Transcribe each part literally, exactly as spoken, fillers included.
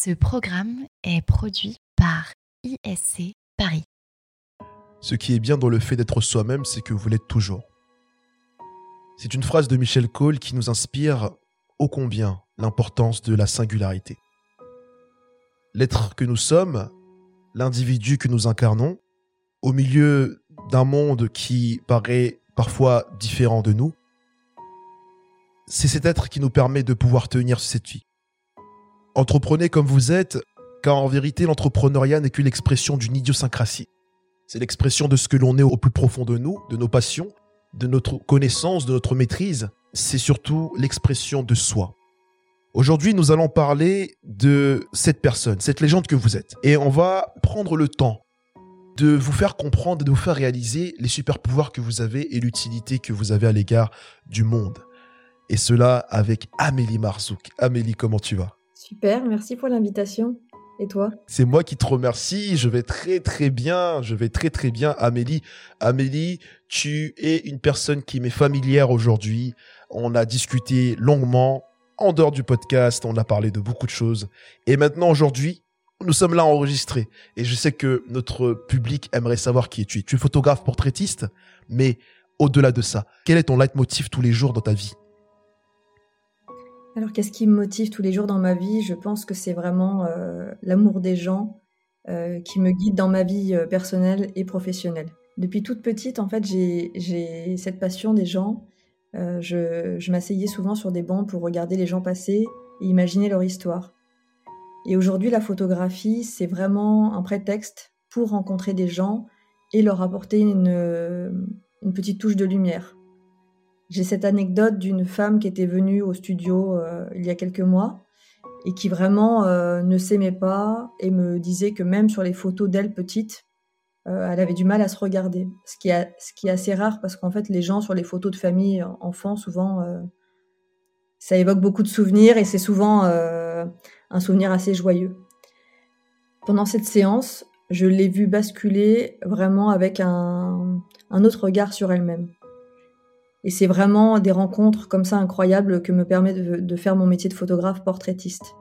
Ce programme est produit par I S C Paris. Ce qui est bien dans le fait d'être soi-même, c'est que vous l'êtes toujours. C'est une phrase de Michel Cole qui nous inspire ô combien l'importance de la singularité. L'être que nous sommes, l'individu que nous incarnons, au milieu d'un monde qui paraît parfois différent de nous, c'est cet être qui nous permet de pouvoir tenir cette vie. Entreprenez comme vous êtes, car en vérité, l'entrepreneuriat n'est qu'une expression d'une idiosyncrasie. C'est l'expression de ce que l'on est au plus profond de nous, de nos passions, de notre connaissance, de notre maîtrise. C'est surtout l'expression de soi. Aujourd'hui, nous allons parler de cette personne, cette légende que vous êtes. Et on va prendre le temps de vous faire comprendre, de vous faire réaliser les super pouvoirs que vous avez et l'utilité que vous avez à l'égard du monde. Et cela avec Amélie Marzouk. Amélie, comment tu vas ? Super, merci pour l'invitation. Et toi ? C'est moi qui te remercie. Je vais très très bien. Je vais très très bien, Amélie. Amélie, tu es une personne qui m'est familière aujourd'hui. On a discuté longuement en dehors du podcast. On a parlé de beaucoup de choses. Et maintenant, aujourd'hui, nous sommes là enregistrés. Et je sais que notre public aimerait savoir qui es-tu. Tu es photographe portraitiste, mais au-delà de ça, quel est ton leitmotiv tous les jours dans ta vie ? Alors, qu'est-ce qui me motive tous les jours dans ma vie ? Je pense que c'est vraiment euh, l'amour des gens euh, qui me guide dans ma vie euh, personnelle et professionnelle. Depuis toute petite, en fait, j'ai, j'ai cette passion des gens. Euh, je, je m'asseyais souvent sur des bancs pour regarder les gens passer et imaginer leur histoire. Et aujourd'hui, la photographie, c'est vraiment un prétexte pour rencontrer des gens et leur apporter une, une petite touche de lumière. J'ai cette anecdote d'une femme qui était venue au studio euh, il y a quelques mois et qui vraiment euh, ne s'aimait pas et me disait que même sur les photos d'elle petite, euh, elle avait du mal à se regarder. Ce qui est, ce qui est assez rare parce qu'en fait, les gens sur les photos de famille, enfants, souvent, euh, ça évoque beaucoup de souvenirs et c'est souvent euh, un souvenir assez joyeux. Pendant cette séance, je l'ai vue basculer vraiment avec un, un autre regard sur elle-même. Et c'est vraiment des rencontres comme ça incroyables que me permet de, de faire mon métier de photographe portraitiste.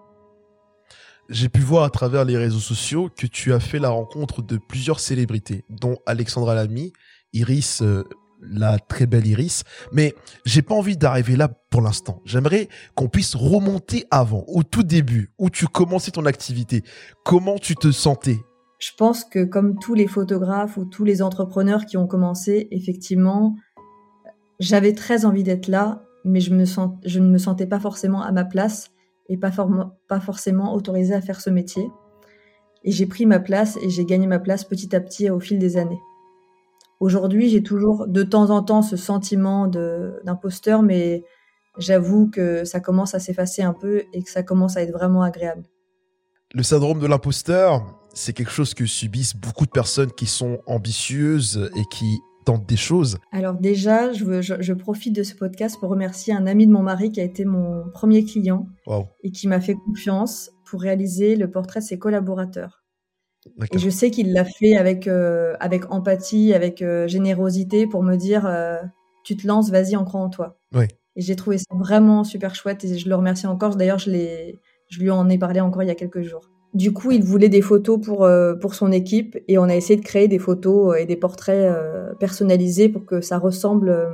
J'ai pu voir à travers les réseaux sociaux que tu as fait la rencontre de plusieurs célébrités, dont Alexandra Lamy, Iris, euh, la très belle Iris. Mais j'ai pas envie d'arriver là pour l'instant. J'aimerais qu'on puisse remonter avant, au tout début, où tu commençais ton activité. Comment tu te sentais ? Je pense que comme tous les photographes ou tous les entrepreneurs qui ont commencé, effectivement, j'avais très envie d'être là, mais je, me sens, je ne me sentais pas forcément à ma place et pas, for- pas forcément autorisée à faire ce métier. Et j'ai pris ma place et j'ai gagné ma place petit à petit au fil des années. Aujourd'hui, j'ai toujours de temps en temps ce sentiment de, d'imposteur, mais j'avoue que ça commence à s'effacer un peu et que ça commence à être vraiment agréable. Le syndrome de l'imposteur, c'est quelque chose que subissent beaucoup de personnes qui sont ambitieuses et qui tentent des choses. Alors déjà, je, veux, je, je profite de ce podcast pour remercier un ami de mon mari qui a été mon premier client Wow. et qui m'a fait confiance pour réaliser le portrait de ses collaborateurs. D'accord. Et je sais qu'il l'a fait avec, euh, avec empathie, avec euh, générosité pour me dire euh, « tu te lances, vas-y, on croit en toi ». Oui. Et j'ai trouvé ça vraiment super chouette et je le remercie encore. D'ailleurs, je, l'ai, je lui en ai parlé encore il y a quelques jours. Du coup, il voulait des photos pour, euh, pour son équipe et on a essayé de créer des photos et des portraits euh, personnalisés pour que ça ressemble euh,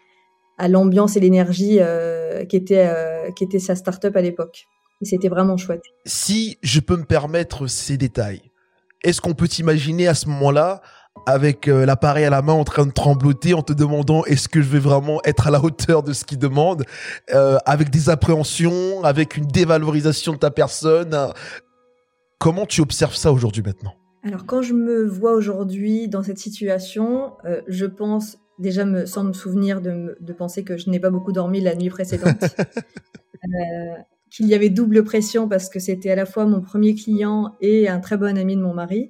à l'ambiance et l'énergie euh, qui était, euh, qui était sa start-up à l'époque. Et c'était vraiment chouette. Si je peux me permettre ces détails, est-ce qu'on peut t'imaginer à ce moment-là avec euh, l'appareil à la main en train de trembloter en te demandant est-ce que je vais vraiment être à la hauteur de ce qu'il demande, euh, avec des appréhensions, avec une dévalorisation de ta personne. Comment tu observes ça aujourd'hui maintenant ? Alors quand je me vois aujourd'hui dans cette situation, euh, je pense déjà me, sans me souvenir de, me, de penser que je n'ai pas beaucoup dormi la nuit précédente, euh, qu'il y avait double pression parce que c'était à la fois mon premier client et un très bon ami de mon mari.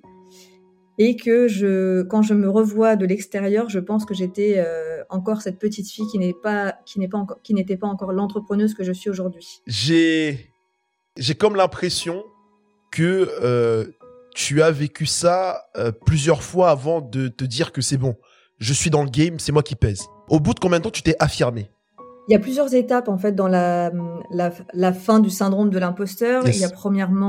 Et que je, quand je me revois de l'extérieur, je pense que j'étais euh, encore cette petite fille qui n'est pas, qui n'est pas encore, qui n'était pas encore l'entrepreneuse que je suis aujourd'hui. J'ai, j'ai comme l'impression que euh, tu as vécu ça euh, plusieurs fois avant de te dire que c'est bon, je suis dans le game, c'est moi qui pèse. Au bout de combien de temps tu t'es affirmé ? Il y a plusieurs étapes en fait dans la, la, la fin du syndrome de l'imposteur. Yes. Il y a premièrement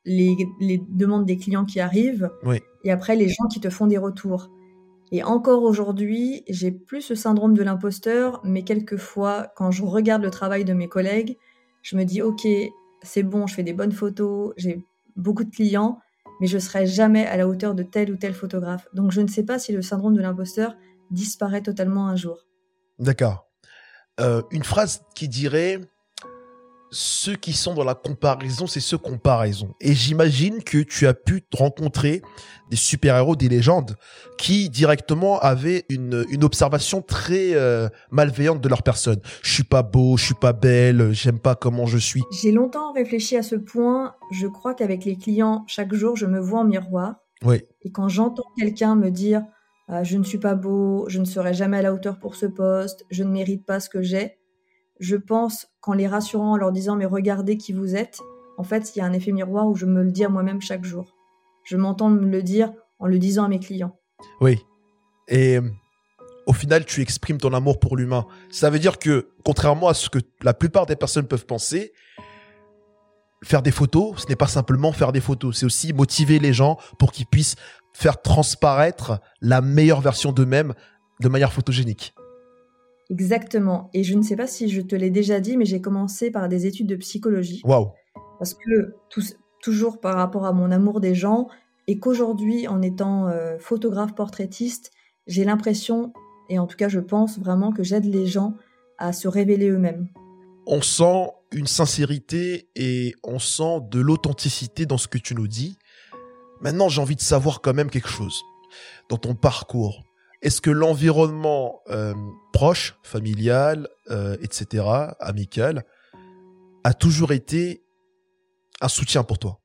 les, les demandes des clients qui arrivent Oui. et après les gens qui te font des retours. Et encore aujourd'hui, j'ai plus ce syndrome de l'imposteur, mais quelquefois, quand je regarde le travail de mes collègues, je me dis, ok, c'est bon, je fais des bonnes photos, j'ai beaucoup de clients, mais je ne serai jamais à la hauteur de tel ou tel photographe. Donc je ne sais pas si le syndrome de l'imposteur disparaît totalement un jour. D'accord. Euh, une phrase qui dirait ceux qui sont dans la comparaison, c'est ceux comparaison. Et j'imagine que tu as pu rencontrer des super-héros, des légendes, qui directement avaient une, une observation très euh, malveillante de leur personne. Je suis pas beau, je suis pas belle, j'aime pas comment je suis. J'ai longtemps réfléchi à ce point. Je crois qu'avec les clients, chaque jour, je me vois en miroir. Oui. Et quand j'entends quelqu'un me dire euh, « je ne suis pas beau, je ne serai jamais à la hauteur pour ce poste, je ne mérite pas ce que j'ai », je pense qu'en les rassurant, en leur disant « mais regardez qui vous êtes », en fait, il y a un effet miroir où je me le dis à moi-même chaque jour. Je m'entends me le dire en le disant à mes clients. Oui. Et au final, tu exprimes ton amour pour l'humain. Ça veut dire que, contrairement à ce que la plupart des personnes peuvent penser, faire des photos, ce n'est pas simplement faire des photos, c'est aussi motiver les gens pour qu'ils puissent faire transparaître la meilleure version d'eux-mêmes de manière photogénique. Exactement. Et je ne sais pas si je te l'ai déjà dit, mais j'ai commencé par des études de psychologie. Waouh. Parce que, tout, toujours par rapport à mon amour des gens, et qu'aujourd'hui, en étant euh, photographe portraitiste, j'ai l'impression, et en tout cas je pense vraiment que j'aide les gens à se révéler eux-mêmes. On sent une sincérité et on sent de l'authenticité dans ce que tu nous dis. Maintenant, j'ai envie de savoir quand même quelque chose. Dans ton parcours, est-ce que l'environnement euh, proche, familial, euh, et cetera, amical, a toujours été un soutien pour toi?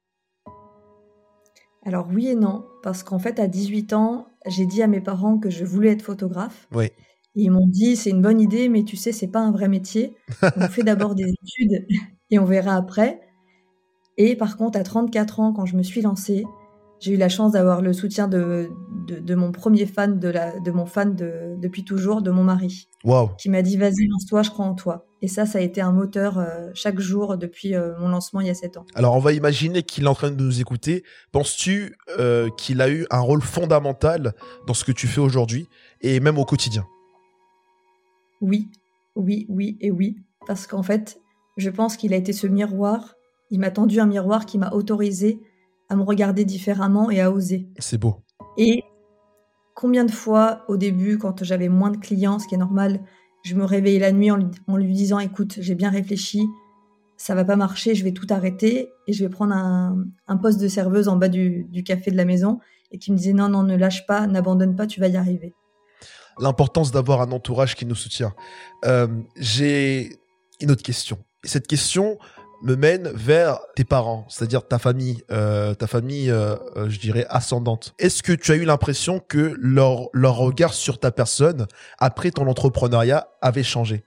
Alors oui et non, parce qu'en fait, à dix-huit ans, j'ai dit à mes parents que je voulais être photographe. Oui. Et ils m'ont dit, c'est une bonne idée, mais tu sais, c'est pas un vrai métier. On fait d'abord des études et on verra après. Et par contre, à trente-quatre ans, quand je me suis lancée, j'ai eu la chance d'avoir le soutien de, de, de mon premier fan, de, la, de mon fan de, depuis toujours, de mon mari, Waouh. qui m'a dit, vas-y, lance-toi, je crois en toi. Et ça, ça a été un moteur euh, chaque jour depuis euh, mon lancement il y a sept ans. Alors, on va imaginer qu'il est en train de nous écouter. Penses-tu euh, qu'il a eu un rôle fondamental dans ce que tu fais aujourd'hui et même au quotidien? Oui, oui, oui et oui. Parce qu'en fait, je pense qu'il a été ce miroir. Il m'a tendu un miroir qui m'a autorisé à me regarder différemment et à oser. C'est beau. Et combien de fois, au début, quand j'avais moins de clients, ce qui est normal, je me réveillais la nuit en lui, en lui disant « Écoute, j'ai bien réfléchi, ça va pas marcher, je vais tout arrêter et je vais prendre un, un poste de serveuse en bas du, du café de la maison. » Et qui me disait « Non, non, ne lâche pas, n'abandonne pas, tu vas y arriver. » L'importance d'avoir un entourage qui nous soutient. Euh, j'ai une autre question. Et cette question me mène vers tes parents, c'est-à-dire ta famille, euh, ta famille, euh, euh, je dirais, ascendante. Est-ce que tu as eu l'impression que leur, leur regard sur ta personne, après ton entrepreneuriat, avait changé?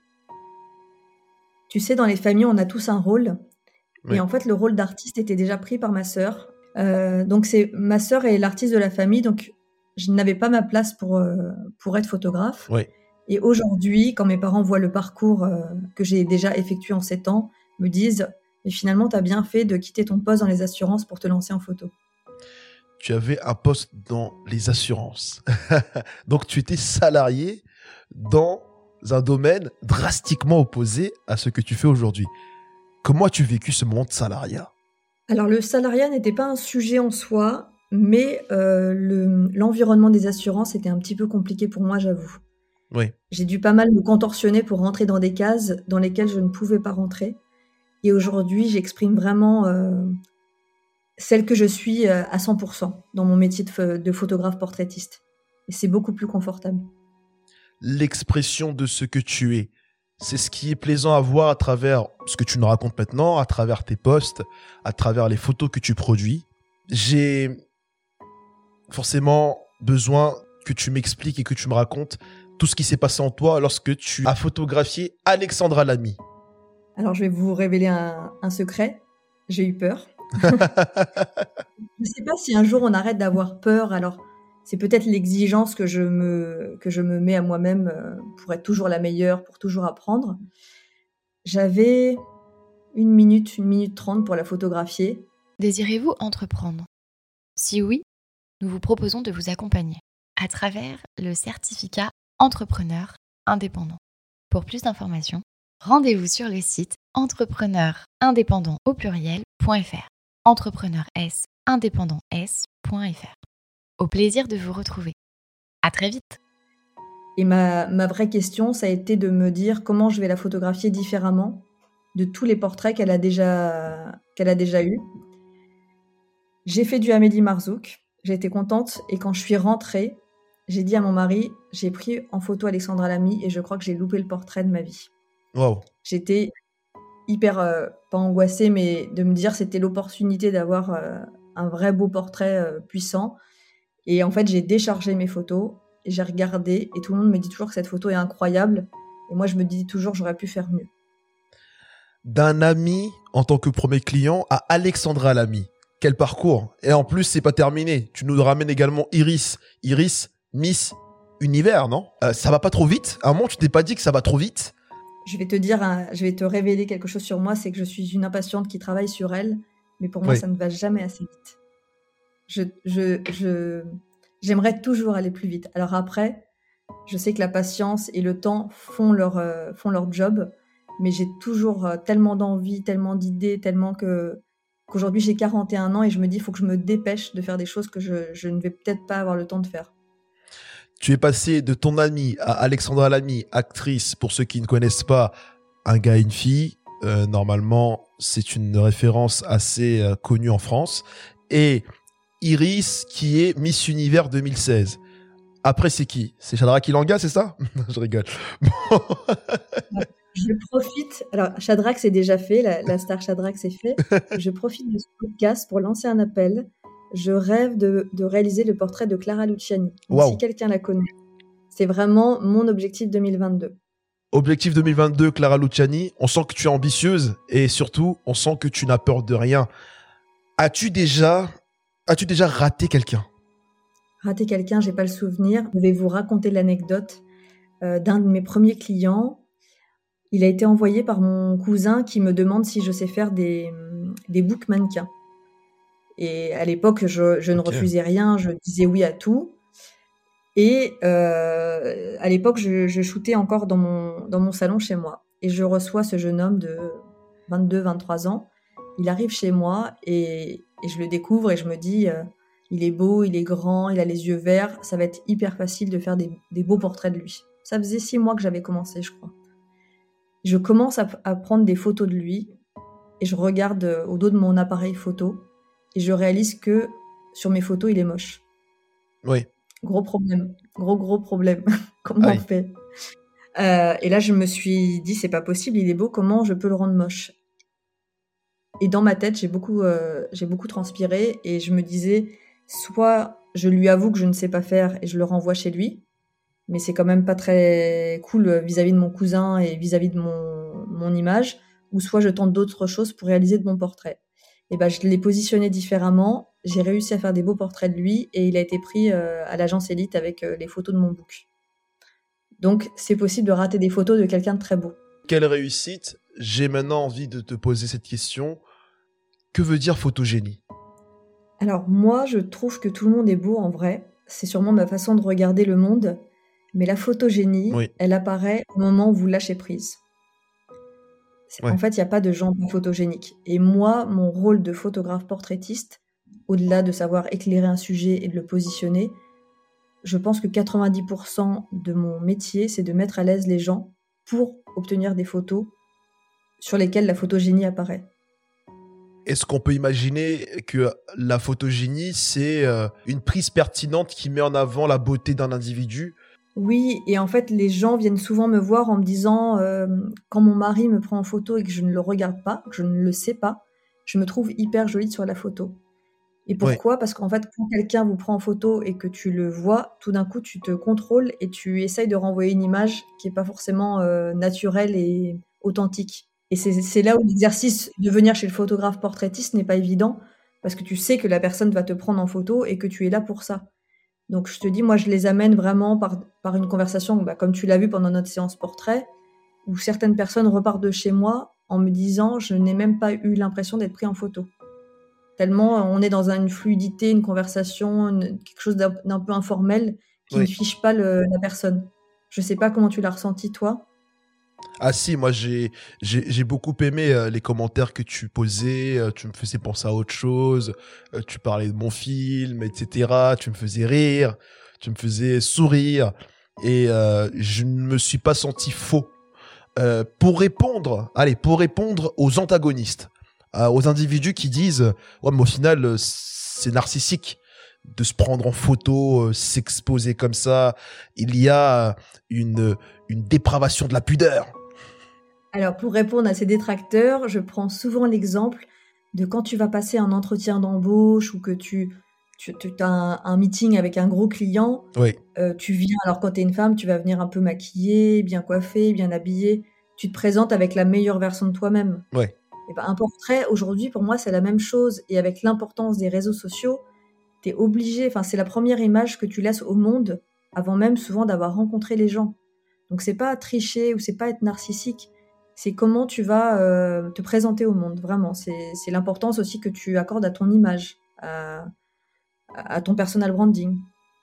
Tu sais, dans les familles, on a tous un rôle. Oui. Et en fait, le rôle d'artiste était déjà pris par ma sœur. Euh, donc, c'est ma sœur est l'artiste de la famille. Donc, je n'avais pas ma place pour, euh, pour être photographe. Oui. Et aujourd'hui, quand mes parents voient le parcours euh, que j'ai déjà effectué en sept ans, me disent « Mais finalement, tu as bien fait de quitter ton poste dans les assurances pour te lancer en photo. » Tu avais un poste dans les assurances. Donc, tu étais salarié dans un domaine drastiquement opposé à ce que tu fais aujourd'hui. Comment as-tu vécu ce moment de salariat? Alors, le salariat n'était pas un sujet en soi, mais euh, le, l'environnement des assurances était un petit peu compliqué pour moi, j'avoue. Oui. J'ai dû pas mal me contorsionner pour rentrer dans des cases dans lesquelles je ne pouvais pas rentrer. Et aujourd'hui, j'exprime vraiment euh, celle que je suis euh, à cent pour cent dans mon métier de, de photographe portraitiste. Et c'est beaucoup plus confortable. L'expression de ce que tu es, c'est ce qui est plaisant à voir à travers ce que tu nous racontes maintenant, à travers tes posts, à travers les photos que tu produis. J'ai forcément besoin que tu m'expliques et que tu me racontes tout ce qui s'est passé en toi lorsque tu as photographié Alexandra Lamy. Alors, je vais vous révéler un, un secret. J'ai eu peur. Je ne sais pas si un jour on arrête d'avoir peur. Alors, c'est peut-être l'exigence que je me, que je me mets à moi-même euh, pour être toujours la meilleure, pour toujours apprendre. J'avais une minute, une minute trente pour la photographier. Désirez-vous entreprendre? Si oui, nous vous proposons de vous accompagner à travers le certificat Entrepreneur Indépendant. Pour plus d'informations, rendez-vous sur le site entrepreneur indépendant au pluriel.fr. entrepreneur s indépendant s.fr. Au plaisir de vous retrouver. À très vite. Et ma, ma vraie question, ça a été de me dire comment je vais la photographier différemment de tous les portraits qu'elle a déjà, qu'elle a déjà eus. J'ai fait du Amélie Marzouk, j'ai été contente et quand je suis rentrée, j'ai dit à mon mari, j'ai pris en photo Alexandra Lamy et je crois que j'ai loupé le portrait de ma vie. Wow. J'étais hyper, euh, pas angoissée, mais de me dire c'était l'opportunité d'avoir euh, un vrai beau portrait euh, puissant. Et en fait, j'ai déchargé mes photos, et j'ai regardé et tout le monde me dit toujours que cette photo est incroyable. Et moi, je me dis toujours j'aurais pu faire mieux. D'un ami en tant que premier client à Alexandra Lamy. Quel parcours. Et en plus, c'est pas terminé. Tu nous ramènes également Iris. Iris, Miss Univers, non euh, Ça va pas trop vite? À un moment, tu t'es pas dit que ça va trop vite? Je vais te dire, hein, je vais te révéler quelque chose sur moi, c'est que je suis une impatiente qui travaille sur elle, mais pour moi, Oui. ça ne va jamais assez vite. Je, je, je, j'aimerais toujours aller plus vite. Alors après, je sais que la patience et le temps font leur, euh, font leur job, mais j'ai toujours euh, tellement d'envie, tellement d'idées, tellement que qu'aujourd'hui j'ai quarante et un ans et je me dis il faut que je me dépêche de faire des choses que je, je ne vais peut-être pas avoir le temps de faire. Tu es passé de ton amie à Alexandra Lamy, actrice, pour ceux qui ne connaissent pas, un gars et une fille. Euh, normalement, c'est une référence assez euh, connue en France. Et Iris, qui est Miss Univers deux mille seize. Après, c'est qui? C'est Shadrach Ilanga, c'est ça? Je rigole. Bon. Je profite, alors Shadrach c'est déjà fait, la, la star Shadrach c'est fait. Je profite de ce podcast pour lancer un appel. Je rêve de, de réaliser le portrait de Clara Luciani. Donc, Wow. si quelqu'un la connaît, c'est vraiment mon objectif deux mille vingt-deux. Objectif deux mille vingt-deux, Clara Luciani. On sent que tu es ambitieuse et surtout, on sent que tu n'as peur de rien. As-tu déjà, as-tu déjà raté quelqu'un? Rater quelqu'un, j'ai pas le souvenir. Je vais vous raconter l'anecdote euh, d'un de mes premiers clients. Il a été envoyé par mon cousin qui me demande si je sais faire des, des boucs mannequins. Et à l'époque, je, je ne Ok. refusais rien, je disais oui à tout. Et euh, à l'époque, je, je shootais encore dans mon, dans mon salon chez moi. Et je reçois ce jeune homme de vingt-deux vingt-trois ans. Il arrive chez moi et, et je le découvre et je me dis, euh, il est beau, il est grand, il a les yeux verts. Ça va être hyper facile de faire des, des beaux portraits de lui. Ça faisait six mois que j'avais commencé, je crois. Je commence à, à prendre des photos de lui et je regarde euh, au dos de mon appareil photo et je réalise que sur mes photos, il est moche. Oui. Gros problème, gros gros problème. Comment Aïe. on fait euh, Et là, je me suis dit, c'est pas possible, il est beau, comment je peux le rendre moche? Et dans ma tête, j'ai beaucoup, euh, j'ai beaucoup transpiré et je me disais, soit je lui avoue que je ne sais pas faire et je le renvoie chez lui, mais c'est quand même pas très cool vis-à-vis de mon cousin et vis-à-vis de mon, mon image, ou soit je tente d'autres choses pour réaliser de bons portraits. Et ben, je l'ai positionné différemment, j'ai réussi à faire des beaux portraits de lui et il a été pris euh, à l'agence Elite avec euh, les photos de mon book. Donc, c'est possible de rater des photos de quelqu'un de très beau. Quelle réussite. J'ai maintenant envie de te poser cette question. Que veut dire photogénie? Alors, moi, je trouve que tout le monde est beau en vrai. C'est sûrement ma façon de regarder le monde. Mais la photogénie, Oui. elle apparaît au moment où vous lâchez prise. C'est- Ouais. En fait, il n'y a pas de gens pas photogéniques. Et moi, mon rôle de photographe portraitiste, au-delà de savoir éclairer un sujet et de le positionner, je pense que quatre-vingt-dix pour cent de mon métier, c'est de mettre à l'aise les gens pour obtenir des photos sur lesquelles la photogénie apparaît. Est-ce qu'on peut imaginer que la photogénie, c'est euh, une prise pertinente qui met en avant la beauté d'un individu? Oui, et en fait, les gens viennent souvent me voir en me disant, euh, quand mon mari me prend en photo et que je ne le regarde pas, que je ne le sais pas, je me trouve hyper jolie sur la photo. Et pourquoi? Parce qu'en fait, quand quelqu'un vous prend en photo et que tu le vois, tout d'un coup, tu te contrôles et tu essayes de renvoyer une image qui n'est pas forcément euh, naturelle et authentique. Et c'est, c'est là où l'exercice de venir chez le photographe portraitiste n'est pas évident, parce que tu sais que la personne va te prendre en photo et que tu es là pour ça. Donc je te dis, moi je les amène vraiment par, par une conversation, bah, comme tu l'as vu pendant notre séance portrait, où certaines personnes repartent de chez moi en me disant, je n'ai même pas eu l'impression d'être pris en photo. Tellement on est dans une fluidité, une conversation, une, quelque chose d'un, d'un peu informel qui oui. ne fiche pas le, la personne. Je sais pas comment tu l'as ressenti, toi. Ah si, moi j'ai, j'ai, j'ai beaucoup aimé euh, les commentaires que tu posais, euh, tu me faisais penser à autre chose, euh, tu parlais de mon film, et cetera. Tu me faisais rire, tu me faisais sourire, et euh, je ne me suis pas senti faux. Euh, pour répondre, allez, pour répondre aux antagonistes, euh, aux individus qui disent « Ouais, mais au final, c'est narcissique de se prendre en photo, euh, s'exposer comme ça, il y a une, une dépravation de la pudeur. » Alors, pour répondre à ces détracteurs, je prends souvent l'exemple de quand tu vas passer un entretien d'embauche ou que tu, tu, tu as un, un meeting avec un gros client. Oui. Euh, tu viens, alors quand tu es une femme, tu vas venir un peu maquillée, bien coiffée, bien habillée. Tu te présentes avec la meilleure version de toi-même. Oui. Et ben, un portrait, aujourd'hui, pour moi, c'est la même chose. Et avec l'importance des réseaux sociaux, tu es obligé, enfin, c'est la première image que tu laisses au monde avant même souvent d'avoir rencontré les gens. Donc, c'est pas tricher ou c'est pas être narcissique. C'est comment tu vas euh, te présenter au monde, vraiment. C'est, c'est l'importance aussi que tu accordes à ton image, à, à ton personal branding.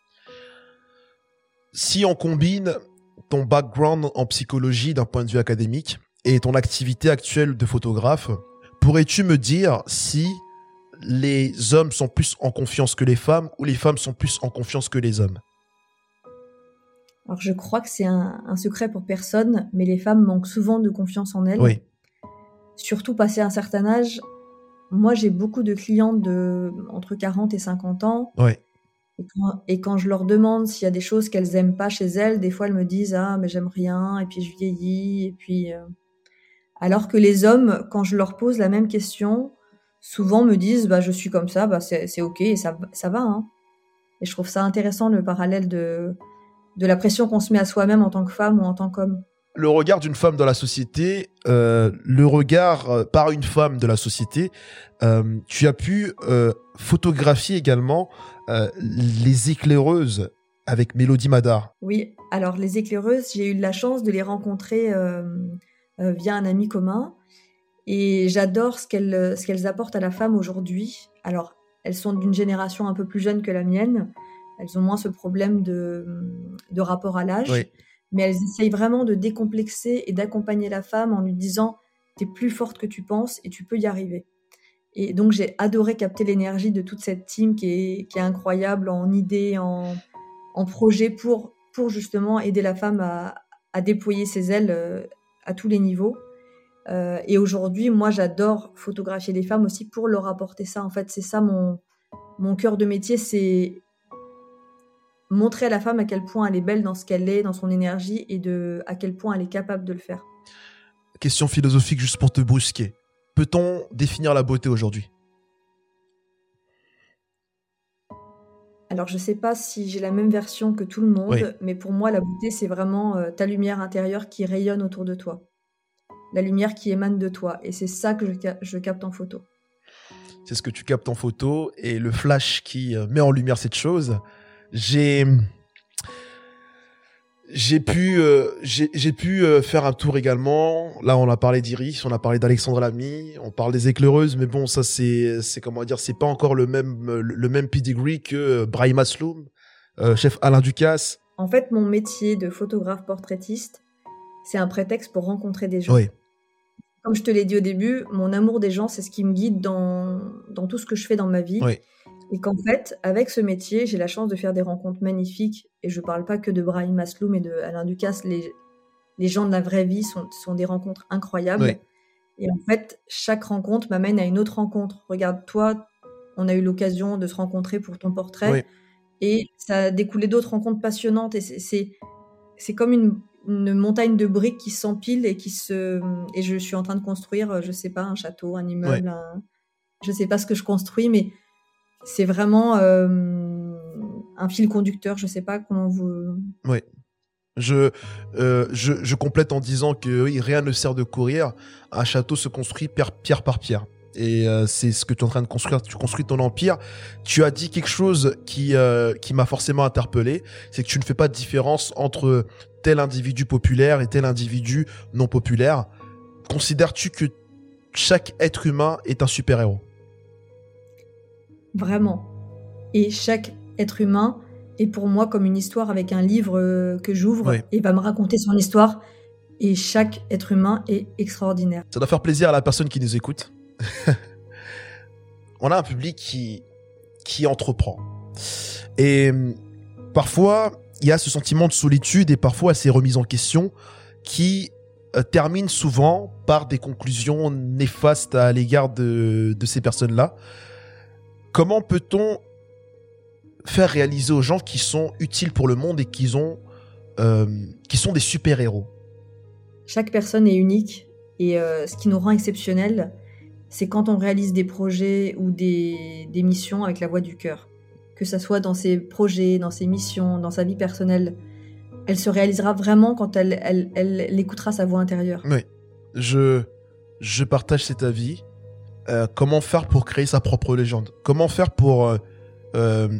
Si on combine ton background en psychologie d'un point de vue académique et ton activité actuelle de photographe, pourrais-tu me dire si les hommes sont plus en confiance que les femmes ou les femmes sont plus en confiance que les hommes? Alors, je crois que c'est un, un secret pour personne, mais les femmes manquent souvent de confiance en elles. Oui. Surtout passé un certain âge. Moi, j'ai beaucoup de clientes de entre quarante et cinquante ans. Oui. Et quand, et quand je leur demande s'il y a des choses qu'elles aiment pas chez elles, des fois elles me disent « Ah, mais j'aime rien, et puis je vieillis, et puis... Euh... » Alors que les hommes, quand je leur pose la même question, souvent me disent bah, « Je suis comme ça, bah, c'est, c'est ok, et ça, ça va. Hein. » Et je trouve ça intéressant, le parallèle de... de la pression qu'on se met à soi-même en tant que femme ou en tant qu'homme. Le regard d'une femme dans la société, euh, le regard euh, par une femme de la société, euh, tu as pu euh, photographier également euh, les éclaireuses avec Mélodie Madar. Oui, alors les éclaireuses, j'ai eu la chance de les rencontrer euh, euh, via un ami commun et j'adore ce qu'elles, ce qu'elles apportent à la femme aujourd'hui. Alors, elles sont d'une génération un peu plus jeune que la mienne. Elles ont moins ce problème de, de rapport à l'âge, Oui. Mais elles essayent vraiment de décomplexer et d'accompagner la femme en lui disant « t'es plus forte que tu penses et tu peux y arriver ». Et donc, j'ai adoré capter l'énergie de toute cette team qui est, qui est incroyable en idées, en, en projets pour, pour justement aider la femme à, à déployer ses ailes euh, à tous les niveaux. Euh, et aujourd'hui, moi, j'adore photographier les femmes aussi pour leur apporter ça. En fait, c'est ça mon, mon cœur de métier, c'est montrer à la femme à quel point elle est belle dans ce qu'elle est, dans son énergie, et de à quel point elle est capable de le faire. Question philosophique juste pour te brusquer. Peut-on définir la beauté aujourd'hui ? Alors, je ne sais pas si j'ai la même version que tout le monde, oui. Mais pour moi, la beauté, c'est vraiment euh, ta lumière intérieure qui rayonne autour de toi. La lumière qui émane de toi. Et c'est ça que je, ca- je capte en photo. C'est ce que tu captes en photo et le flash qui euh, met en lumière cette chose. J'ai... J'ai pu, euh, j'ai, j'ai pu euh, faire un tour également. Là, on a parlé d'Iris, on a parlé d'Alexandre Lamy, on parle des éclaireuses, mais bon, ça c'est, c'est comment dire, c'est pas encore le même, le même pedigree que euh, Brahim Asloum, euh, chef Alain Ducasse. En fait, mon métier de photographe portraitiste, c'est un prétexte pour rencontrer des gens. Oui. Comme je te l'ai dit au début, mon amour des gens, c'est ce qui me guide dans dans tout ce que je fais dans ma vie. Oui. Et qu'en fait, avec ce métier, j'ai la chance de faire des rencontres magnifiques. Et je parle pas que de Brahim Asloum et de Alain Ducasse. Les, les gens de la vraie vie sont, sont des rencontres incroyables. Oui. Et en fait, chaque rencontre m'amène à une autre rencontre. Regarde, toi, on a eu l'occasion de se rencontrer pour ton portrait. Oui. Et ça a découlé d'autres rencontres passionnantes. Et c'est, c'est, c'est comme une, une montagne de briques qui s'empilent et qui se... Et je suis en train de construire, je sais pas, un château, un immeuble. Oui. Un... Je sais pas ce que je construis, mais... C'est vraiment euh, un fil conducteur, je sais pas comment vous... Oui. Je, euh, je, je complète en disant que oui, rien ne sert de courir. Un château se construit per, pierre par pierre. Et euh, c'est ce que tu es en train de construire. Tu construis ton empire. Tu as dit quelque chose qui, euh, qui m'a forcément interpellé. C'est que tu ne fais pas de différence entre tel individu populaire et tel individu non populaire. Considères-tu que chaque être humain est un super-héros ? vraiment. Et chaque être humain est pour moi comme une histoire avec un livre euh, que j'ouvre Oui. et va me raconter son histoire. Et chaque être humain est extraordinaire. Ça doit faire plaisir à la personne qui nous écoute. On a un public qui, qui entreprend. Et hum, parfois, il y a ce sentiment de solitude et parfois ces remises en question qui euh, terminent souvent par des conclusions néfastes à l'égard de, de ces personnes-là. Comment peut-on faire réaliser aux gens qui sont utiles pour le monde et qui, ont, euh, qui sont des super-héros? Chaque personne est unique et euh, ce qui nous rend exceptionnels, c'est quand on réalise des projets ou des, des missions avec la voix du cœur. Que ça soit dans ses projets, dans ses missions, dans sa vie personnelle, elle se réalisera vraiment quand elle, elle, elle, elle écoutera sa voix intérieure. Oui, je, je partage cet avis. Euh, comment faire pour créer sa propre légende? Comment faire pour euh, euh,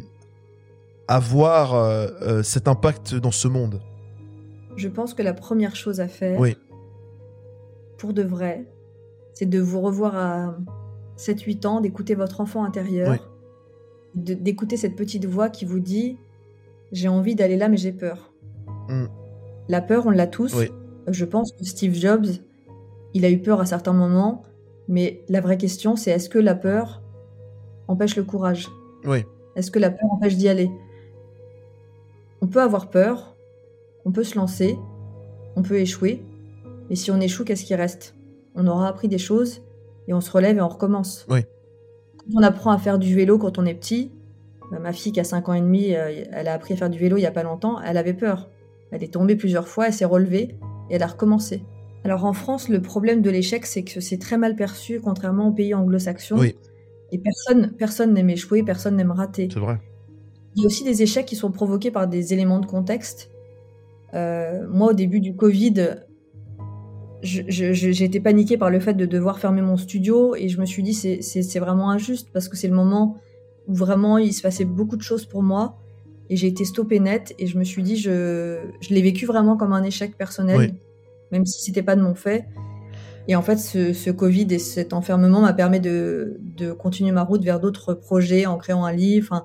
avoir euh, euh, cet impact dans ce monde? Je pense que la première chose à faire, Oui, pour de vrai, c'est de vous revoir à sept huit ans, d'écouter votre enfant intérieur, Oui. de- d'écouter cette petite voix qui vous dit « j'ai envie d'aller là mais j'ai peur Mm. ». La peur, on l'a tous. Oui. Je pense que Steve Jobs, il a eu peur à certains moments, mais la vraie question, c'est est-ce que la peur empêche le courage? Oui. Est-ce que la peur empêche d'y aller? On peut avoir peur, on peut se lancer, on peut échouer, mais si on échoue, qu'est-ce qui reste? On aura appris des choses et on se relève et on recommence. Oui. Quand on apprend à faire du vélo quand on est petit, bah, ma fille qui a cinq ans et demi, euh, elle a appris à faire du vélo il y a pas longtemps, elle avait peur. Elle est tombée plusieurs fois, elle s'est relevée et elle a recommencé. Alors en France, le problème de l'échec, c'est que c'est très mal perçu, contrairement aux pays anglo-saxons. Oui, Et personne, personne n'aime échouer, personne n'aime rater. c'est vrai. Il y a aussi des échecs qui sont provoqués par des éléments de contexte. Euh, moi, au début du Covid, je- je- je- j'ai été paniquée par le fait de devoir fermer mon studio et je me suis dit c'est, c'est, c'est vraiment injuste parce que c'est le moment où vraiment il se passait beaucoup de choses pour moi et j'ai été stoppée net et je me suis dit je, je l'ai vécu vraiment comme un échec personnel, Oui. même si c'était pas de mon fait. Et en fait, ce, ce Covid et cet enfermement m'a permis de, de continuer ma route vers d'autres projets en créant un livre. Enfin,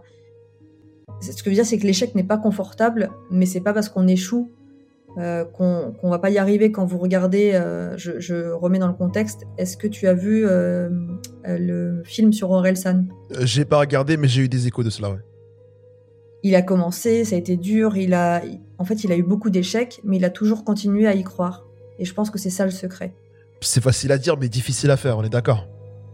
ce que je veux dire, c'est que l'échec n'est pas confortable, mais c'est pas parce qu'on échoue euh, qu'on qu'on va pas y arriver. Quand vous regardez, euh, je, je remets dans le contexte, est-ce que tu as vu euh, euh, le film sur Orelsan? Euh, j'ai pas regardé, mais j'ai eu des échos de cela, ouais. Il a commencé, ça a été dur, il a, en fait, il a eu beaucoup d'échecs, mais il a toujours continué à y croire. Et je pense que c'est ça le secret. C'est facile à dire, mais difficile à faire, on est d'accord.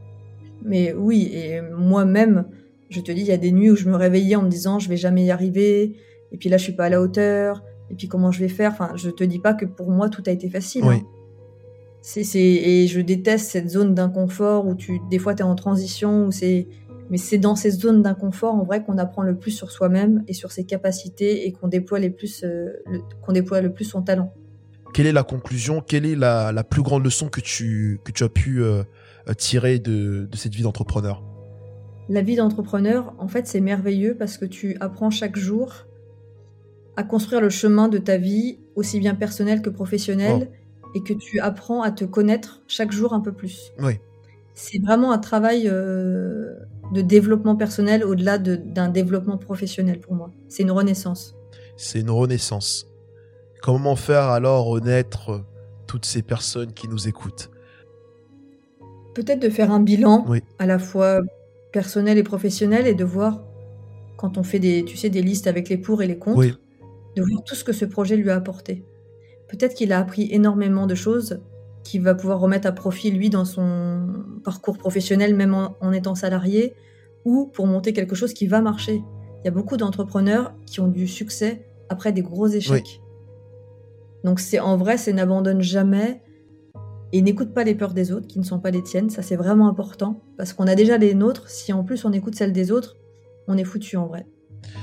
Mais oui, et moi-même, je te dis, il y a des nuits où je me réveillais en me disant je vais jamais y arriver, et puis là je suis pas à la hauteur, et puis comment je vais faire? Enfin, je te dis pas que pour moi tout a été facile. Oui. Hein. C'est, c'est, et je déteste cette zone d'inconfort où tu, des fois tu es en transition, où c'est, mais c'est dans ces zones d'inconfort en vrai qu'on apprend le plus sur soi-même et sur ses capacités et qu'on déploie, les plus, euh, le, qu'on déploie le plus son talent. Quelle est la conclusion? Quelle est la, la plus grande leçon que tu, que tu as pu euh, tirer de, de cette vie d'entrepreneur? La vie d'entrepreneur, en fait, c'est merveilleux parce que tu apprends chaque jour à construire le chemin de ta vie, aussi bien personnel que professionnel, oh. et que tu apprends à te connaître chaque jour un peu plus. Oui. C'est vraiment un travail euh, de développement personnel au-delà de, d'un développement professionnel pour moi. C'est une renaissance. C'est une renaissance. Comment faire alors renaître toutes ces personnes qui nous écoutent? Peut-être de faire un bilan, oui. à la fois personnel et professionnel, et de voir, quand on fait des, tu sais, des listes avec les pour et les contre, oui. de voir tout ce que ce projet lui a apporté. Peut-être qu'il a appris énormément de choses qu'il va pouvoir remettre à profit, lui, dans son parcours professionnel, même en, en étant salarié, ou pour monter quelque chose qui va marcher. Il y a beaucoup d'entrepreneurs qui ont du succès après des gros échecs. Oui. Donc c'est, en vrai, c'est n'abandonne jamais et n'écoute pas les peurs des autres qui ne sont pas les tiennes. Ça, c'est vraiment important parce qu'on a déjà les nôtres. Si en plus on écoute celles des autres, on est foutu en vrai.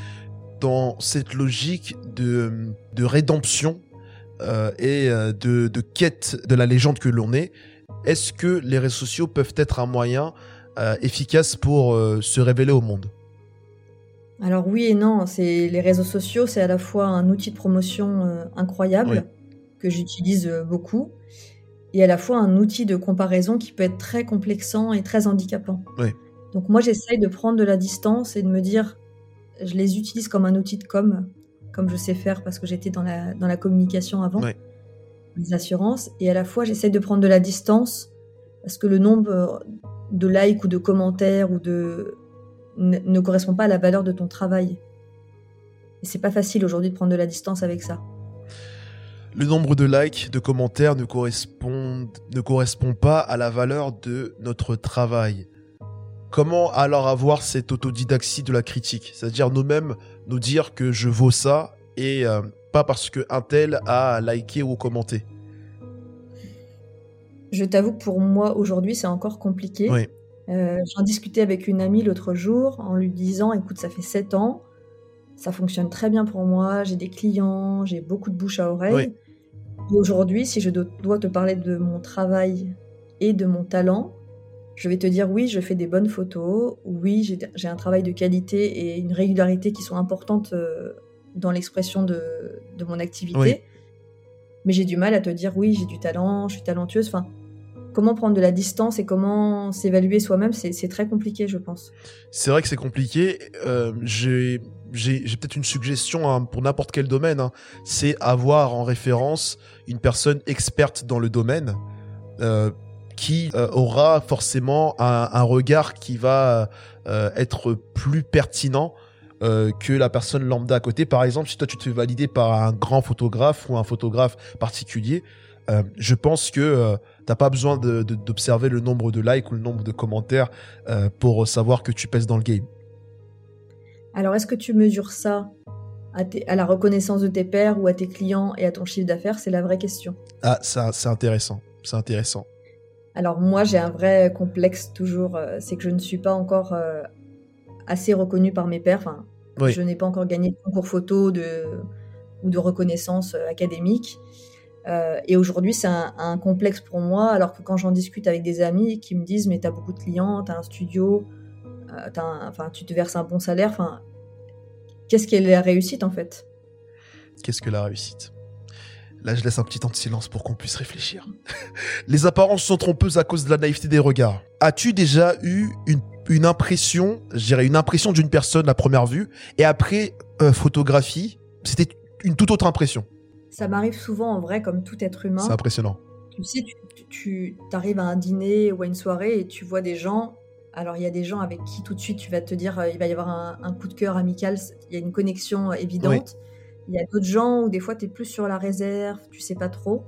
Dans cette logique de, de rédemption euh, et de, de quête de la légende que l'on est, est-ce que les réseaux sociaux peuvent être un moyen euh, efficace pour euh, se révéler au monde? Alors oui et non, c'est, les réseaux sociaux, c'est à la fois un outil de promotion euh, incroyable, oui. que j'utilise euh, beaucoup, et à la fois un outil de comparaison qui peut être très complexant et très handicapant. Oui. Donc moi, j'essaye de prendre de la distance et de me dire, je les utilise comme un outil de com, comme je sais faire parce que j'étais dans la, dans la communication avant, Ouais. les assurances, et à la fois, j'essaye de prendre de la distance parce que le nombre de likes ou de commentaires ou de ne, ne correspond pas à la valeur de ton travail. Et c'est pas facile aujourd'hui de prendre de la distance avec ça. Le nombre de likes, de commentaires ne correspond, ne correspond pas à la valeur de notre travail. Comment alors avoir cette autodidaxie de la critique ? C'est-à-dire nous-mêmes nous dire que je vaux ça et euh, pas parce qu'un tel a liké ou commenté. Je t'avoue que pour moi, aujourd'hui, c'est encore compliqué. Oui. Euh, j'en discutais avec une amie l'autre jour en lui disant, écoute, ça fait sept ans, ça fonctionne très bien pour moi, j'ai des clients, j'ai beaucoup de bouche à oreille. Oui. Et aujourd'hui, si je do- dois te parler de mon travail et de mon talent, je vais te dire oui, je fais des bonnes photos, oui, j'ai, j'ai un travail de qualité et une régularité qui sont importantes euh, dans l'expression de, de mon activité. Oui. Mais j'ai du mal à te dire oui, j'ai du talent, je suis talentueuse. Enfin, comment prendre de la distance et comment s'évaluer soi-même, c'est, c'est très compliqué, je pense. C'est vrai que c'est compliqué. Euh, j'ai, j'ai, j'ai peut-être une suggestion hein, pour n'importe quel domaine. Hein. C'est avoir en référence une personne experte dans le domaine euh, qui euh, aura forcément un, un regard qui va euh, être plus pertinent euh, que la personne lambda à côté. Par exemple, si toi tu te fais valider par un grand photographe ou un photographe particulier, euh, je pense que euh, t'as pas besoin de, de, d'observer le nombre de likes ou le nombre de commentaires euh, pour savoir que tu pèses dans le game. Alors, est-ce que tu mesures ça à, tes, à la reconnaissance de tes pairs ou à tes clients et à ton chiffre d'affaires ? C'est la vraie question. Ah, ça, c'est intéressant. C'est intéressant. Alors moi, j'ai un vrai complexe toujours, euh, c'est que je ne suis pas encore euh, assez reconnue par mes pairs. Enfin, Oui. je n'ai pas encore gagné de concours photo de, ou de reconnaissance euh, académique. Euh, et aujourd'hui, c'est un, un complexe pour moi, alors que quand j'en discute avec des amis qui me disent « mais t'as beaucoup de clients, t'as un studio, euh, t'as un, enfin, tu te verses un bon salaire », enfin, qu'est-ce qu'est la réussite en fait ? Qu'est-ce que la réussite ? Là, je laisse un petit temps de silence pour qu'on puisse réfléchir. Les apparences sont trompeuses à cause de la naïveté des regards. As-tu déjà eu une, une impression, je dirais une impression d'une personne à première vue, et après euh, photographie, c'était une toute autre impression ? Ça m'arrive souvent en vrai, comme tout être humain. C'est impressionnant. Tu sais, tu, tu arrives à un dîner ou à une soirée et tu vois des gens. Alors, il y a des gens avec qui tout de suite tu vas te dire euh, il va y avoir un, un coup de cœur amical, il y a une connexion évidente. Oui. Il y a d'autres gens où des fois tu es plus sur la réserve, tu sais pas trop.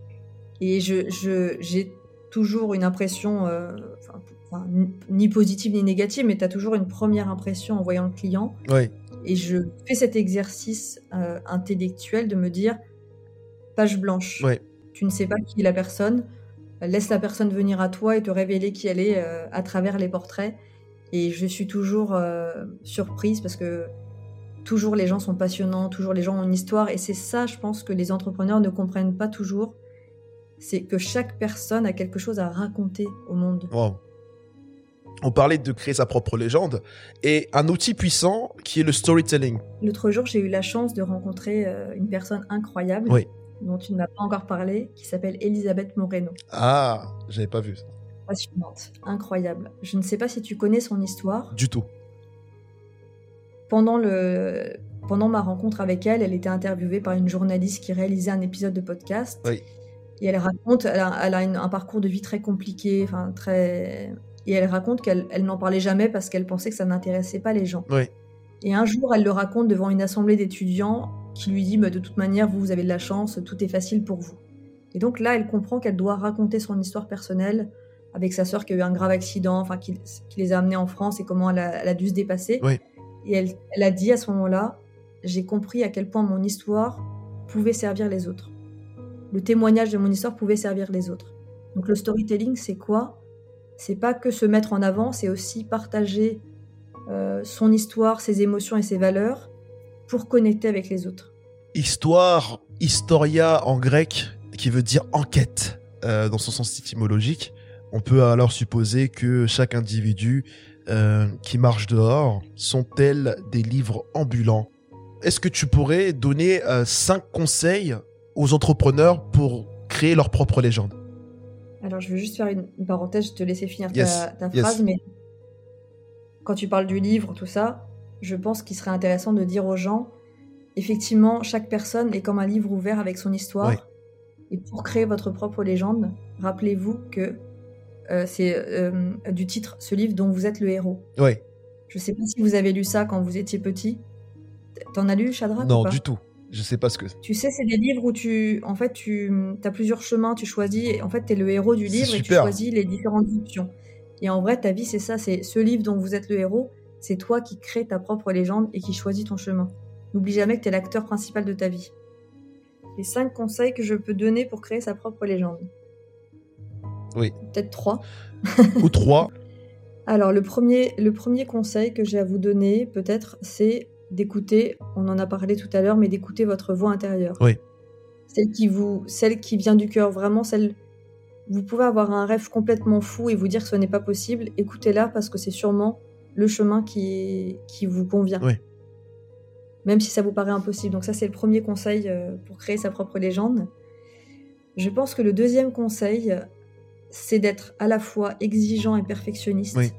Et je, je, j'ai toujours une impression, euh, enfin, ni positive ni négative, mais tu as toujours une première impression en voyant le client. Oui. Et je fais cet exercice euh, intellectuel de me dire page blanche. Oui. Tu ne sais pas qui est la personne. Laisse la personne venir à toi et te révéler qui elle est euh, à travers les portraits. Et je suis toujours euh, surprise parce que toujours les gens sont passionnants, toujours les gens ont une histoire. Et c'est ça, je pense, que les entrepreneurs ne comprennent pas toujours. C'est que chaque personne a quelque chose à raconter au monde. Wow. On parlait de créer sa propre légende et un outil puissant qui est le storytelling. L'autre jour, j'ai eu la chance de rencontrer euh, une personne incroyable. Oui. Dont tu ne m'as pas encore parlé, qui s'appelle Elisabeth Moreno. Ah, j'avais pas vu ça. Passionnante, incroyable. Je ne sais pas si tu connais son histoire. Du tout. Pendant, le... Pendant ma rencontre avec elle, elle était interviewée par une journaliste qui réalisait un épisode de podcast. Oui. Et elle raconte, elle a, elle a une, un parcours de vie très compliqué, enfin très... Et elle raconte qu'elle elle n'en parlait jamais parce qu'elle pensait que ça n'intéressait pas les gens. Oui. Et un jour, elle le raconte devant une assemblée d'étudiants qui lui dit bah, « de toute manière, vous, vous avez de la chance, tout est facile pour vous ». Et donc là, elle comprend qu'elle doit raconter son histoire personnelle avec sa sœur qui a eu un grave accident, enfin qui, qui les a amenés en France et comment elle a, elle a dû se dépasser. Oui. Et elle, elle a dit à ce moment-là, j'ai compris à quel point mon histoire pouvait servir les autres. Le témoignage de mon histoire pouvait servir les autres. Donc le storytelling, c'est quoi ? C'est pas que se mettre en avant, c'est aussi partager euh, son histoire, ses émotions et ses valeurs pour connecter avec les autres. Histoire, historia en grec, qui veut dire enquête, euh, dans son sens étymologique. On peut alors supposer que chaque individu euh, qui marche dehors sont tels des livres ambulants. Est-ce que tu pourrais donner euh, cinq conseils aux entrepreneurs pour créer leur propre légende ? Alors, je veux juste faire une, une parenthèse, je te laisser finir yes. ta, ta yes. phrase, mais quand tu parles du livre, tout ça, je pense qu'il serait intéressant de dire aux gens, effectivement, chaque personne est comme un livre ouvert avec son histoire. Oui. Et pour créer votre propre légende, rappelez-vous que euh, c'est euh, du titre, ce livre dont vous êtes le héros. Oui. Je sais pas si vous avez lu ça quand vous étiez petit. T'en as lu, Shadrach, ou Non, pas? du tout. Je sais pas ce que c'est. Tu sais, c'est des livres où tu, en fait, tu as plusieurs chemins, tu choisis, et en fait, tu es le héros du C'est livre et tu super. choisis les différentes options. Et en vrai, ta vie, c'est ça, c'est ce livre dont vous êtes le héros, c'est toi qui crée ta propre légende et qui choisis ton chemin. N'oublie jamais que tu es l'acteur principal de ta vie. Les cinq conseils que je peux donner pour créer sa propre légende. Oui. Peut-être trois. Ou trois. Alors, le premier, le premier conseil que j'ai à vous donner, peut-être, c'est d'écouter, on en a parlé tout à l'heure, mais d'écouter votre voix intérieure. Oui. Celle qui vous, celle qui vient du cœur, vraiment celle. Vous pouvez avoir un rêve complètement fou et vous dire que ce n'est pas possible. Écoutez-la parce que c'est sûrement le chemin qui, qui vous convient. Oui. Même si ça vous paraît impossible. Donc ça, c'est le premier conseil pour créer sa propre légende. Je pense que le deuxième conseil, c'est d'être à la fois exigeant et perfectionniste, oui.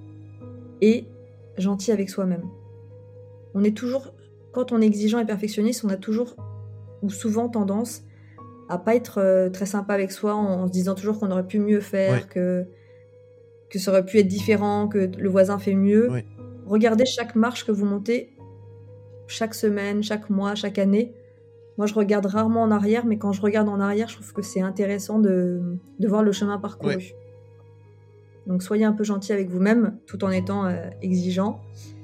et gentil avec soi-même. On est toujours, quand on est exigeant et perfectionniste, on a toujours ou souvent tendance à pas être euh, très sympa avec soi, en, en se disant toujours qu'on aurait pu mieux faire, oui. que, que ça aurait pu être différent, que le voisin fait mieux. Oui. Regardez chaque marche que vous montez, chaque semaine, chaque mois, chaque année. Moi, je regarde rarement en arrière, mais quand je regarde en arrière, je trouve que c'est intéressant de, de voir le chemin parcouru. Oui. Donc, soyez un peu gentil avec vous-même, tout en étant euh, exigeant.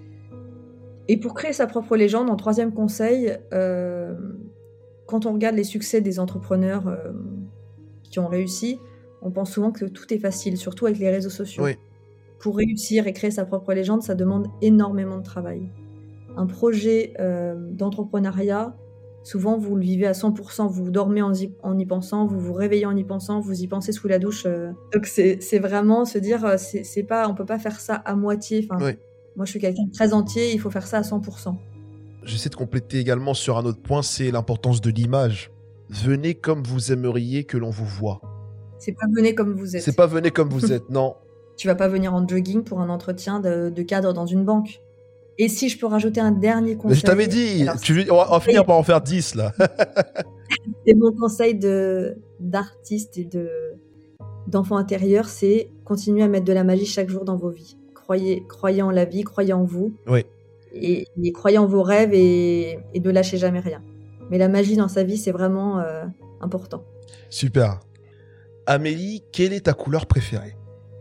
Et pour créer sa propre légende, en troisième conseil, euh, quand on regarde les succès des entrepreneurs euh, qui ont réussi, on pense souvent que tout est facile, surtout avec les réseaux sociaux. Oui. Pour réussir et créer sa propre légende, ça demande énormément de travail. Un projet euh, d'entrepreneuriat, souvent vous le vivez à cent pour cent, vous dormez en y, en y pensant, vous vous réveillez en y pensant, vous y pensez sous la douche. Euh. Donc c'est, c'est vraiment se dire, c'est, c'est pas, on peut pas faire ça à moitié. Enfin, Oui. moi je suis quelqu'un de très entier, il faut faire ça à cent pour cent. J'essaie de compléter également sur un autre point, c'est l'importance de l'image. Venez comme vous aimeriez que l'on vous voie. C'est pas venez comme vous êtes. C'est pas venez comme vous êtes, non. Tu vas pas venir en jogging pour un entretien de, de cadre dans une banque. Et si je peux rajouter un dernier conseil... Mais je t'avais dit, alors, tu, on va, on va finir par en faire dix, là. C'est mon conseil de, d'artiste et de, d'enfant intérieur, c'est continuer à mettre de la magie chaque jour dans vos vies. Croyez, croyez en la vie, croyez en vous. Oui. Et, et croyez en vos rêves et, et ne lâchez jamais rien. Mais la magie dans sa vie, c'est vraiment euh, important. Super. Amélie, quelle est ta couleur préférée?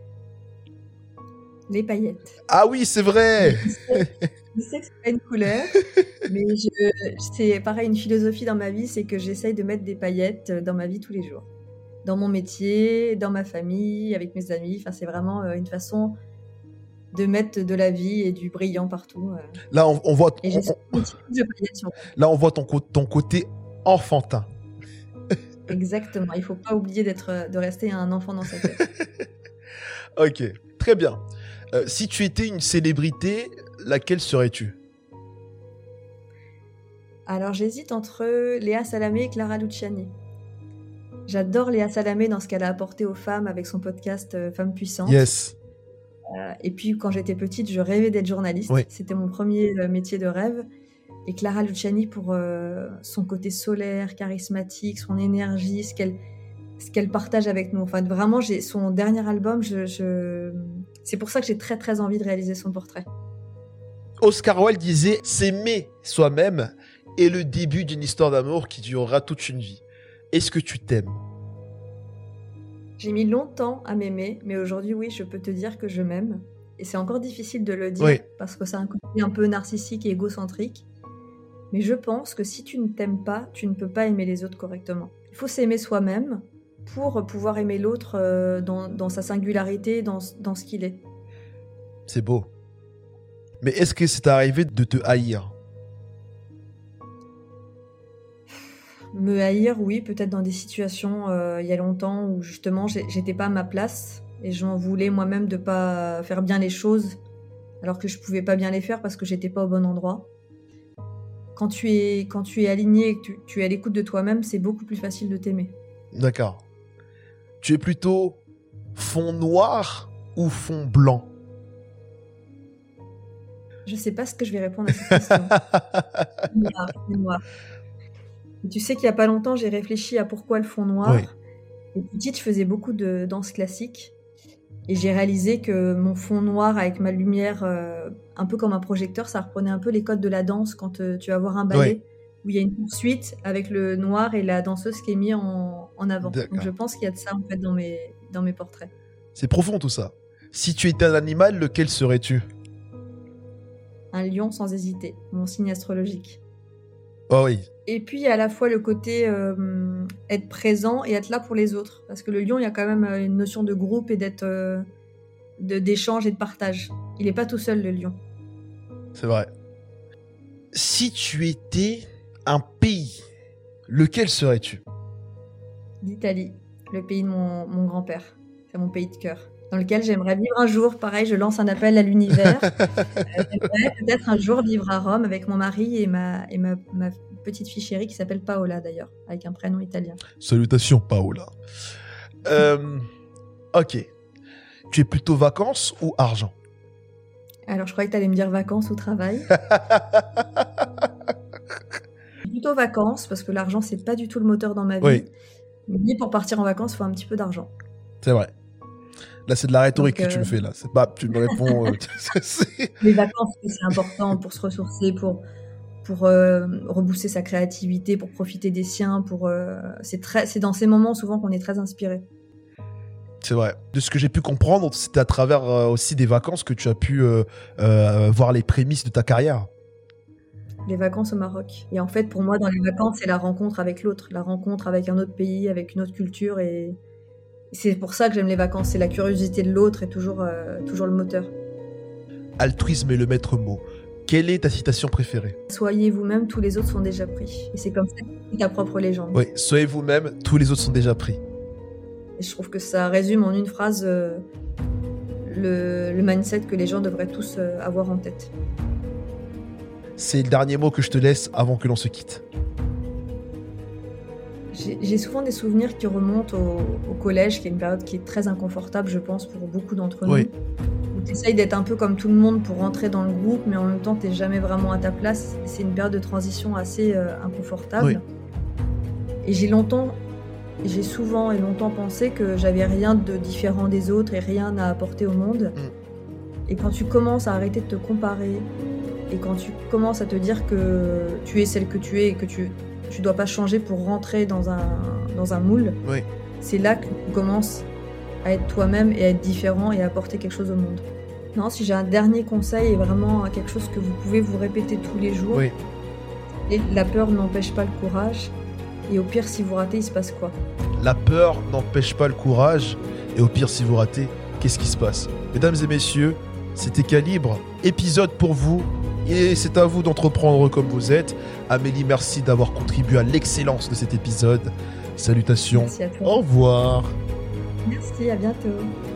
Les paillettes. Ah oui, c'est vrai. Je sais, je sais que c'est pas une couleur, mais je, c'est pareil, une philosophie dans ma vie, c'est que j'essaye de mettre des paillettes dans ma vie tous les jours. Dans mon métier, dans ma famille, avec mes amis. Enfin, c'est vraiment une façon de mettre de la vie et du brillant partout. Là, on, on voit. Et j'ai on, une petite couche de paillettes sur moi. Là, on voit ton, ton côté enfantin. Exactement. Il faut pas oublier d'être, de rester un enfant dans sa tête. Ok, très bien. Euh, si tu étais une célébrité, laquelle serais-tu? Alors, j'hésite entre Léa Salamé et Clara Luciani. J'adore Léa Salamé dans ce qu'elle a apporté aux femmes avec son podcast euh, Femmes Puissantes. Yes. Euh, et puis, quand j'étais petite, je rêvais d'être journaliste. Oui. C'était mon premier euh, métier de rêve. Et Clara Luciani pour euh, son côté solaire, charismatique, son énergie, ce qu'elle, ce qu'elle partage avec nous. Enfin, vraiment, j'ai son dernier album, je, je... c'est pour ça que j'ai très très envie de réaliser son portrait. Oscar Wilde disait « S'aimer soi-même est le début d'une histoire d'amour qui durera toute une vie. » Est-ce que tu t'aimes? J'ai mis longtemps à m'aimer, mais aujourd'hui, oui, je peux te dire que je m'aime. Et c'est encore difficile de le dire, oui. Parce que c'est un côté un peu narcissique et égocentrique. Mais je pense que si tu ne t'aimes pas, tu ne peux pas aimer les autres correctement. Il faut s'aimer soi-même pour pouvoir aimer l'autre euh, dans, dans sa singularité, dans, dans ce qu'il est. C'est beau. Mais est-ce que c'est arrivé de te haïr? Me haïr, oui, peut-être dans des situations euh, il y a longtemps où justement j'étais pas à ma place et je m'en voulais moi-même de pas faire bien les choses alors que je pouvais pas bien les faire parce que j'étais pas au bon endroit. Quand tu es, quand tu es aligné et que tu, tu es à l'écoute de toi-même, c'est beaucoup plus facile de t'aimer. D'accord. Tu es plutôt fond noir ou fond blanc? Je sais pas ce que je vais répondre à cette question. Noir, c'est noir. Tu sais qu'il y a pas longtemps, j'ai réfléchi à pourquoi le fond noir. Oui. Et petite, je faisais beaucoup de danse classique. Et j'ai réalisé que mon fond noir avec ma lumière, euh, un peu comme un projecteur, ça reprenait un peu les codes de la danse quand euh, tu vas voir un ballet, où il y a une poursuite avec le noir et la danseuse qui est mise en, en avant. D'accord. Donc je pense qu'il y a de ça en fait dans mes, dans mes portraits. C'est profond tout ça. Si tu étais un animal, lequel serais-tu? Un lion sans hésiter, mon signe astrologique. Oh oui. Et puis à la fois le côté euh, être présent et être là pour les autres. Parce que le lion, il y a quand même une notion de groupe et d'être, euh, de, d'échange et de partage. Il n'est pas tout seul, le lion. C'est vrai. Si tu étais un pays, lequel serais-tu? L'Italie, le pays de mon, mon grand-père. C'est mon pays de cœur. Dans lequel j'aimerais vivre un jour. Pareil, je lance un appel à l'univers. euh, j'aimerais peut-être un jour vivre à Rome avec mon mari et ma, et ma, ma petite fille chérie qui s'appelle Paola d'ailleurs, avec un prénom italien. Salutations, Paola. Euh, ok. Tu es plutôt vacances ou argent? Alors, je croyais que tu allais me dire vacances ou travail. Plutôt vacances, parce que l'argent, c'est pas du tout le moteur dans ma vie. Oui. Mais pour partir en vacances, il faut un petit peu d'argent. C'est vrai. Là, c'est de la rhétorique Donc, que tu euh, me fais, là. C'est pas, tu me réponds... euh, c'est- Les vacances, c'est important pour se ressourcer, pour, pour euh, rebooster sa créativité, pour profiter des siens. Pour, euh, c'est, très, c'est dans ces moments souvent qu'on est très inspiré. C'est vrai. De ce que j'ai pu comprendre, c'était à travers euh, aussi des vacances que tu as pu euh, euh, voir les prémices de ta carrière. Les vacances au Maroc. Et en fait, pour moi, dans les vacances, c'est la rencontre avec l'autre, la rencontre avec un autre pays, avec une autre culture. Et c'est pour ça que j'aime les vacances. C'est la curiosité de l'autre et toujours, euh, toujours le moteur. Altruisme est le maître mot. Quelle est ta citation préférée? Soyez vous-même, tous les autres sont déjà pris. Et c'est comme ça que ta propre légende. Oui, soyez vous-même, tous les autres sont déjà pris. Et je trouve que ça résume en une phrase euh, le, le mindset que les gens devraient tous euh, avoir en tête. C'est le dernier mot que je te laisse avant que l'on se quitte. J'ai, j'ai souvent des souvenirs qui remontent au, au collège, qui est une période qui est très inconfortable, je pense, pour beaucoup d'entre nous. Oui. Où tu essayes d'être un peu comme tout le monde pour rentrer dans le groupe, mais en même temps, tu n'es jamais vraiment à ta place. C'est une période de transition assez euh, inconfortable. Oui. Et j'ai longtemps, j'ai souvent et longtemps pensé que j'avais rien de différent des autres et rien à apporter au monde. Mm. Et quand tu commences à arrêter de te comparer, et quand tu commences à te dire que tu es celle que tu es et que tu tu dois pas changer pour rentrer dans un, dans un moule, Oui. c'est là que tu commences à être toi-même et à être différent et à apporter quelque chose au monde. Non, si j'ai un dernier conseil et vraiment quelque chose que vous pouvez vous répéter tous les jours, Oui. et la peur n'empêche pas le courage, et au pire, si vous ratez, il se passe quoi? La peur n'empêche pas le courage, et au pire, si vous ratez, qu'est-ce qui se passe? Mesdames et messieurs, c'était Calibre, épisode pour vous, et c'est à vous d'entreprendre comme vous êtes. Amélie, merci d'avoir contribué à l'excellence de cet épisode. Salutations, Merci à toi. au revoir. Merci, à bientôt.